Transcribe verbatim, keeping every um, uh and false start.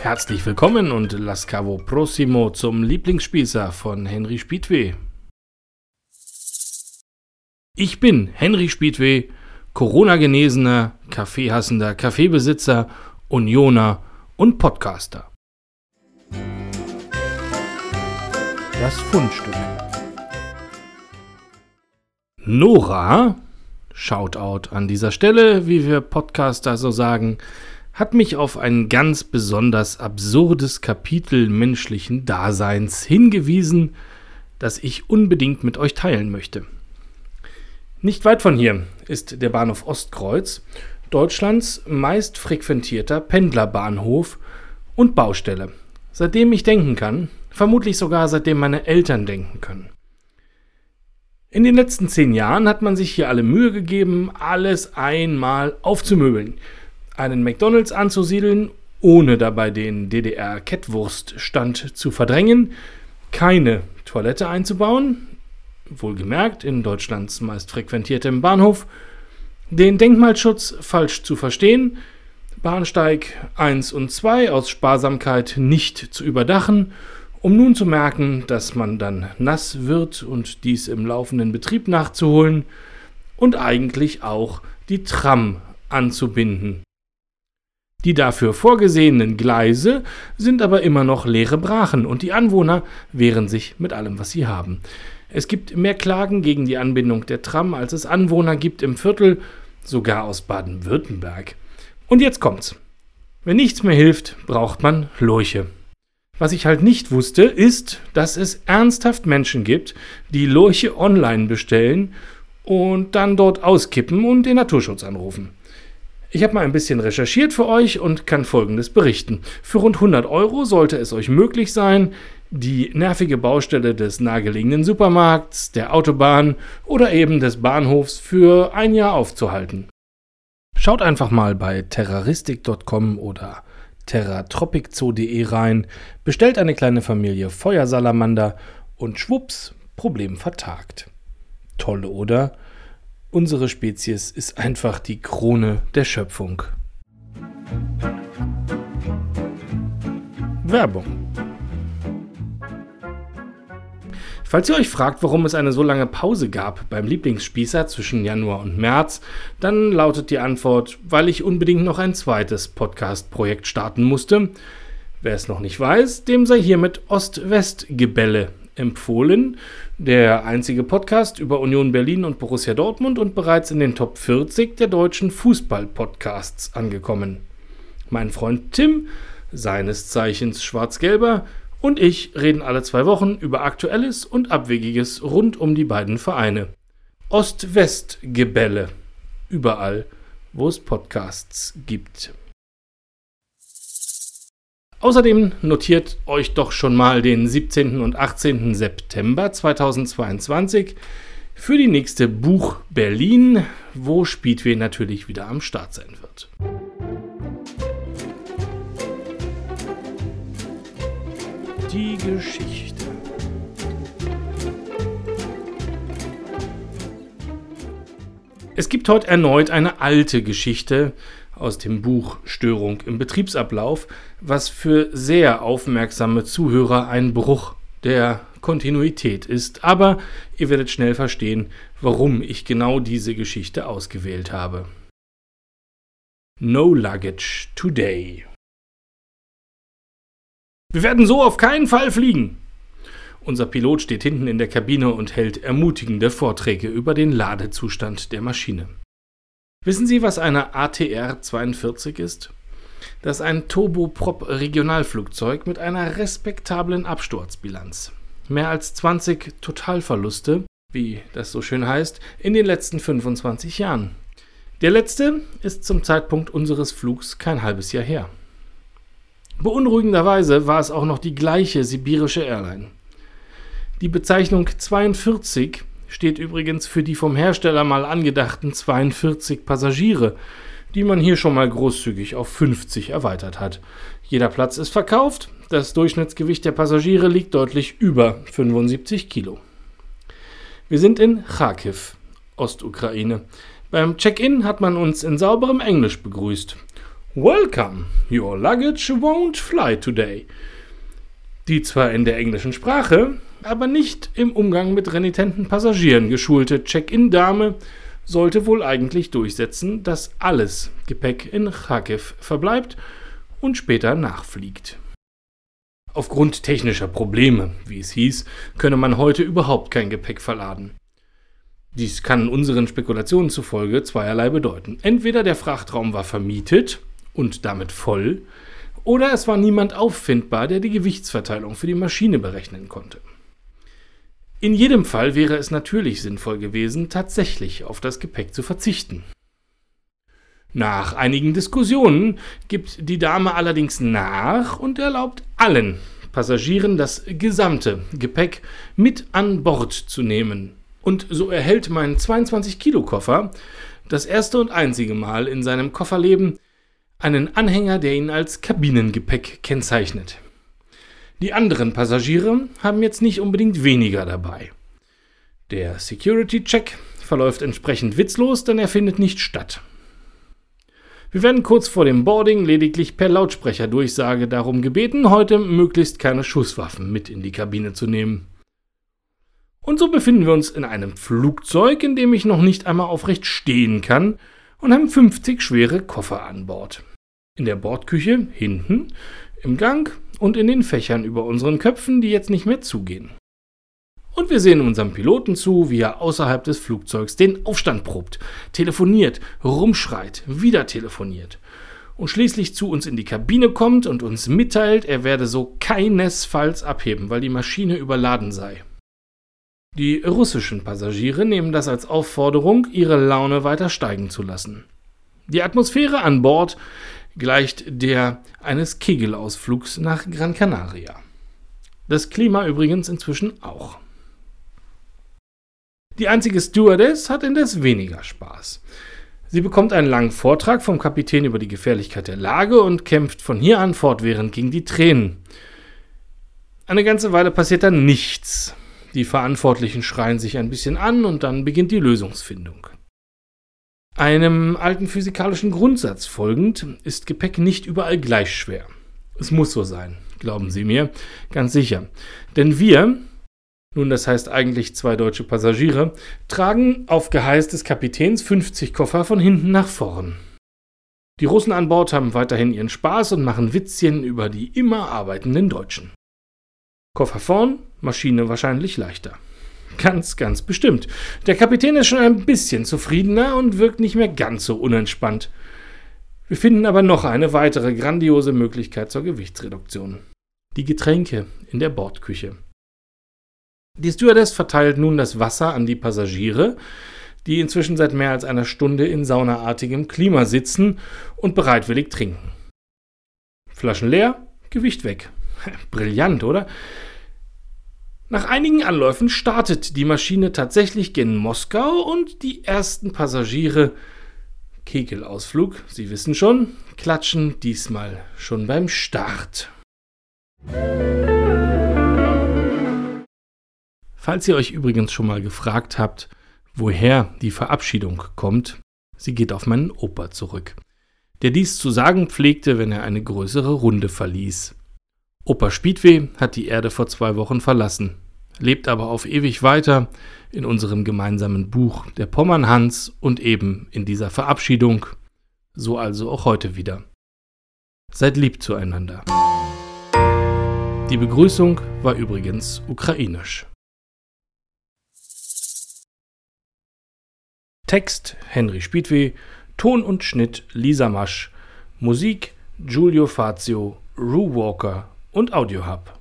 Herzlich willkommen und Lascavo Prossimo zum Lieblingsspießer von Henry Speedway. Ich bin Henry Speedway, Corona-genesener, Kaffeehassender Kaffeebesitzer, Unioner und Podcaster. Das Fundstück. Nora, Shoutout an dieser Stelle, wie wir Podcaster so sagen, hat mich auf ein ganz besonders absurdes Kapitel menschlichen Daseins hingewiesen, das ich unbedingt mit euch teilen möchte. Nicht weit von hier ist der Bahnhof Ostkreuz, Deutschlands meist frequentierter Pendlerbahnhof und Baustelle, seitdem ich denken kann, vermutlich sogar seitdem meine Eltern denken können. In den letzten zehn Jahren hat man sich hier alle Mühe gegeben, alles einmal aufzumöbeln, einen McDonald's anzusiedeln, ohne dabei den D D R-Kettwurststand zu verdrängen, keine Toilette einzubauen, wohlgemerkt in Deutschlands meist frequentiertem Bahnhof, den Denkmalschutz falsch zu verstehen, Bahnsteig eins und zwei aus Sparsamkeit nicht zu überdachen, um nun zu merken, dass man dann nass wird und dies im laufenden Betrieb nachzuholen und eigentlich auch die Tram anzubinden. Die dafür vorgesehenen Gleise sind aber immer noch leere Brachen und die Anwohner wehren sich mit allem, was sie haben. Es gibt mehr Klagen gegen die Anbindung der Tram, als es Anwohner gibt im Viertel, sogar aus Baden-Württemberg. Und jetzt kommt's. Wenn nichts mehr hilft, braucht man Lurche. Was ich halt nicht wusste, ist, dass es ernsthaft Menschen gibt, die Lurche online bestellen und dann dort auskippen und den Naturschutz anrufen. Ich habe mal ein bisschen recherchiert für euch und kann Folgendes berichten. Für rund hundert Euro sollte es euch möglich sein, die nervige Baustelle des nahegelegenen Supermarkts, der Autobahn oder eben des Bahnhofs für ein Jahr aufzuhalten. Schaut einfach mal bei terraristik punkt com oder terratropiczoo punkt de rein, bestellt eine kleine Familie Feuersalamander und schwupps, Problem vertagt. Toll, oder? Unsere Spezies ist einfach die Krone der Schöpfung. Werbung. Falls ihr euch fragt, warum es eine so lange Pause gab beim Lieblingsspießer zwischen Januar und März, dann lautet die Antwort, weil ich unbedingt noch ein zweites Podcast-Projekt starten musste. Wer es noch nicht weiß, dem sei hiermit Ost-West-Gebälle empfohlen. Der einzige Podcast über Union Berlin und Borussia Dortmund und bereits in den Top vierzig der deutschen Fußball-Podcasts angekommen. Mein Freund Tim, seines Zeichens Schwarz-Gelber, und ich reden alle zwei Wochen über Aktuelles und Abwegiges rund um die beiden Vereine. Ost-West-Gebälle. Überall, wo es Podcasts gibt. Außerdem notiert euch doch schon mal den siebzehnten und achtzehnten September zweitausendzweiundzwanzig für die nächste Buch Berlin, wo Speedway natürlich wieder am Start sein wird. Die Geschichte. Es gibt heute erneut eine alte Geschichte aus dem Buch Störung im Betriebsablauf, was für sehr aufmerksame Zuhörer ein Bruch der Kontinuität ist. Aber ihr werdet schnell verstehen, warum ich genau diese Geschichte ausgewählt habe. No Luggage Today. Wir werden so auf keinen Fall fliegen. Unser Pilot steht hinten in der Kabine und hält ermutigende Vorträge über den Ladezustand der Maschine. Wissen Sie, was eine A T R zweiundvierzig ist? Das ist ein Turboprop-Regionalflugzeug mit einer respektablen Absturzbilanz. Mehr als zwanzig Totalverluste, wie das so schön heißt, in den letzten fünfundzwanzig Jahren. Der letzte ist zum Zeitpunkt unseres Flugs kein halbes Jahr her. Beunruhigenderweise war es auch noch die gleiche sibirische Airline. Die Bezeichnung zweiundvierzig steht übrigens für die vom Hersteller mal angedachten zweiundvierzig Passagiere, die man hier schon mal großzügig auf fünfzig erweitert hat. Jeder Platz ist verkauft, das Durchschnittsgewicht der Passagiere liegt deutlich über fünfundsiebzig Kilo. Wir sind in Charkiw, Ostukraine. Beim Check-in hat man uns in sauberem Englisch begrüßt. Welcome, your luggage won't fly today. Die zwar in der englischen Sprache, aber nicht im Umgang mit renitenten Passagieren geschulte Check-in-Dame sollte wohl eigentlich durchsetzen, dass alles Gepäck in Kharkiv verbleibt und später nachfliegt. Aufgrund technischer Probleme, wie es hieß, könne man heute überhaupt kein Gepäck verladen. Dies kann unseren Spekulationen zufolge zweierlei bedeuten. Entweder der Frachtraum war vermietet und damit voll, oder es war niemand auffindbar, der die Gewichtsverteilung für die Maschine berechnen konnte. In jedem Fall wäre es natürlich sinnvoll gewesen, tatsächlich auf das Gepäck zu verzichten. Nach einigen Diskussionen gibt die Dame allerdings nach und erlaubt allen Passagieren das gesamte Gepäck mit an Bord zu nehmen. Und so erhält mein zweiundzwanzig-Kilo-Koffer das erste und einzige Mal in seinem Kofferleben einen Anhänger, der ihn als Kabinengepäck kennzeichnet. Die anderen Passagiere haben jetzt nicht unbedingt weniger dabei. Der Security-Check verläuft entsprechend witzlos, denn er findet nicht statt. Wir werden kurz vor dem Boarding lediglich per Lautsprecherdurchsage darum gebeten, heute möglichst keine Schusswaffen mit in die Kabine zu nehmen. Und so befinden wir uns in einem Flugzeug, in dem ich noch nicht einmal aufrecht stehen kann, und haben fünfzig schwere Koffer an Bord. In der Bordküche, hinten, im Gang und in den Fächern über unseren Köpfen, die jetzt nicht mehr zugehen. Und wir sehen unserem Piloten zu, wie er außerhalb des Flugzeugs den Aufstand probt, telefoniert, rumschreit, wieder telefoniert und schließlich zu uns in die Kabine kommt und uns mitteilt, er werde so keinesfalls abheben, weil die Maschine überladen sei. Die russischen Passagiere nehmen das als Aufforderung, ihre Laune weiter steigen zu lassen. Die Atmosphäre an Bord gleicht der eines Kegelausflugs nach Gran Canaria. Das Klima übrigens inzwischen auch. Die einzige Stewardess hat indes weniger Spaß. Sie bekommt einen langen Vortrag vom Kapitän über die Gefährlichkeit der Lage und kämpft von hier an fortwährend gegen die Tränen. Eine ganze Weile passiert dann nichts. Die Verantwortlichen schreien sich ein bisschen an und dann beginnt die Lösungsfindung. Einem alten physikalischen Grundsatz folgend ist Gepäck nicht überall gleich schwer. Es muss so sein, glauben Sie mir, ganz sicher. Denn wir, nun das heißt eigentlich zwei deutsche Passagiere, tragen auf Geheiß des Kapitäns fünfzig Koffer von hinten nach vorn. Die Russen an Bord haben weiterhin ihren Spaß und machen Witzchen über die immer arbeitenden Deutschen. Koffer vorn, Maschine wahrscheinlich leichter. Ganz, ganz bestimmt. Der Kapitän ist schon ein bisschen zufriedener und wirkt nicht mehr ganz so unentspannt. Wir finden aber noch eine weitere grandiose Möglichkeit zur Gewichtsreduktion. Die Getränke in der Bordküche. Die Stewardess verteilt nun das Wasser an die Passagiere, die inzwischen seit mehr als einer Stunde in saunaartigem Klima sitzen und bereitwillig trinken. Flaschen leer, Gewicht weg. Brillant, oder? Nach einigen Anläufen startet die Maschine tatsächlich gen Moskau und die ersten Passagiere, Kegelausflug, Sie wissen schon, klatschen diesmal schon beim Start. Falls ihr euch übrigens schon mal gefragt habt, woher die Verabschiedung kommt, sie geht auf meinen Opa zurück, der dies zu sagen pflegte, wenn er eine größere Runde verließ. Opa Speedway hat die Erde vor zwei Wochen verlassen, lebt aber auf ewig weiter in unserem gemeinsamen Buch Der Pommern-Hans und eben in dieser Verabschiedung, so also auch heute wieder. Seid lieb zueinander. Die Begrüßung war übrigens ukrainisch. Text Henry Speedway, Ton und Schnitt Lisa Masch, Musik Giulio Fazio, Rue Walker und Audiohub.